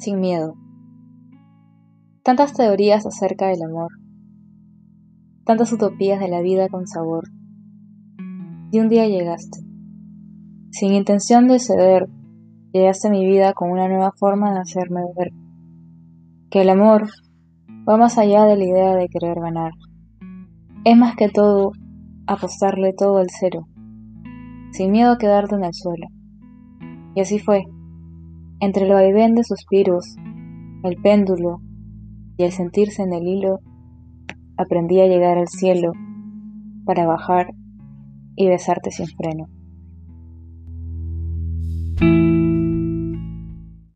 Sin miedo. Tantas teorías acerca del amor, tantas utopías de la vida con sabor. Y un día llegaste. Sin intención de ceder, llegaste a mi vida con una nueva forma de hacerme ver que el amor va más allá de la idea de querer ganar. Es más que todo apostarle todo al cero, sin miedo a quedarte en el suelo. Y así fue. Entre el vaivén de suspiros, el péndulo y el sentirse en el hilo, aprendí a llegar al cielo para bajar y besarte sin freno.